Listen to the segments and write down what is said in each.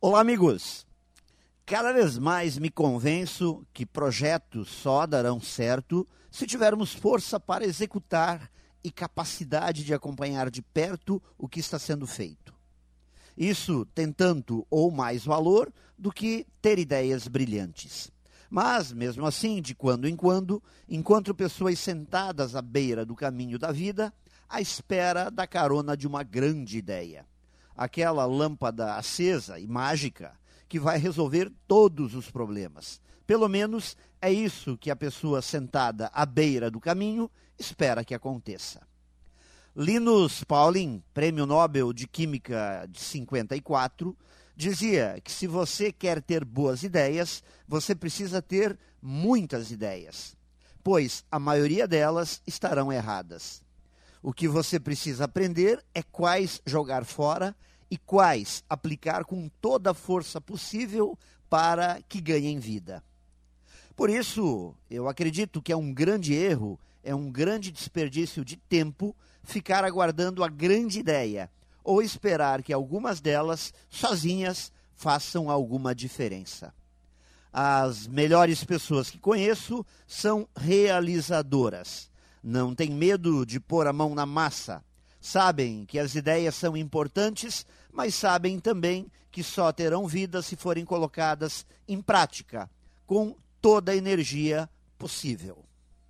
Olá, amigos! Cada vez mais me convenço que projetos só darão certo se tivermos força para executar e capacidade de acompanhar de perto o que está sendo feito. Isso tem tanto ou mais valor do que ter ideias brilhantes. Mas, mesmo assim, de quando em quando, encontro pessoas sentadas à beira do caminho da vida, à espera da carona de uma grande ideia. Aquela lâmpada acesa e mágica que vai resolver todos os problemas. Pelo menos é isso que a pessoa sentada à beira do caminho espera que aconteça. Linus Pauling, Prêmio Nobel de Química de 54, dizia que se você quer ter boas ideias, você precisa ter muitas ideias, pois a maioria delas estarão erradas. O que você precisa aprender é quais jogar fora e quais aplicar com toda a força possível para que ganhem vida. Por isso, eu acredito que é um grande erro, é um grande desperdício de tempo ficar aguardando a grande ideia ou esperar que algumas delas, sozinhas, façam alguma diferença. As melhores pessoas que conheço são realizadoras. Não têm medo de pôr a mão na massa. Sabem que as ideias são importantes, mas sabem também que só terão vida se forem colocadas em prática, com toda a energia possível.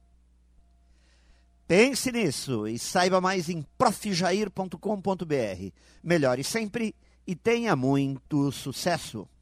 Pense nisso e saiba mais em profjair.com.br. Melhore sempre e tenha muito sucesso!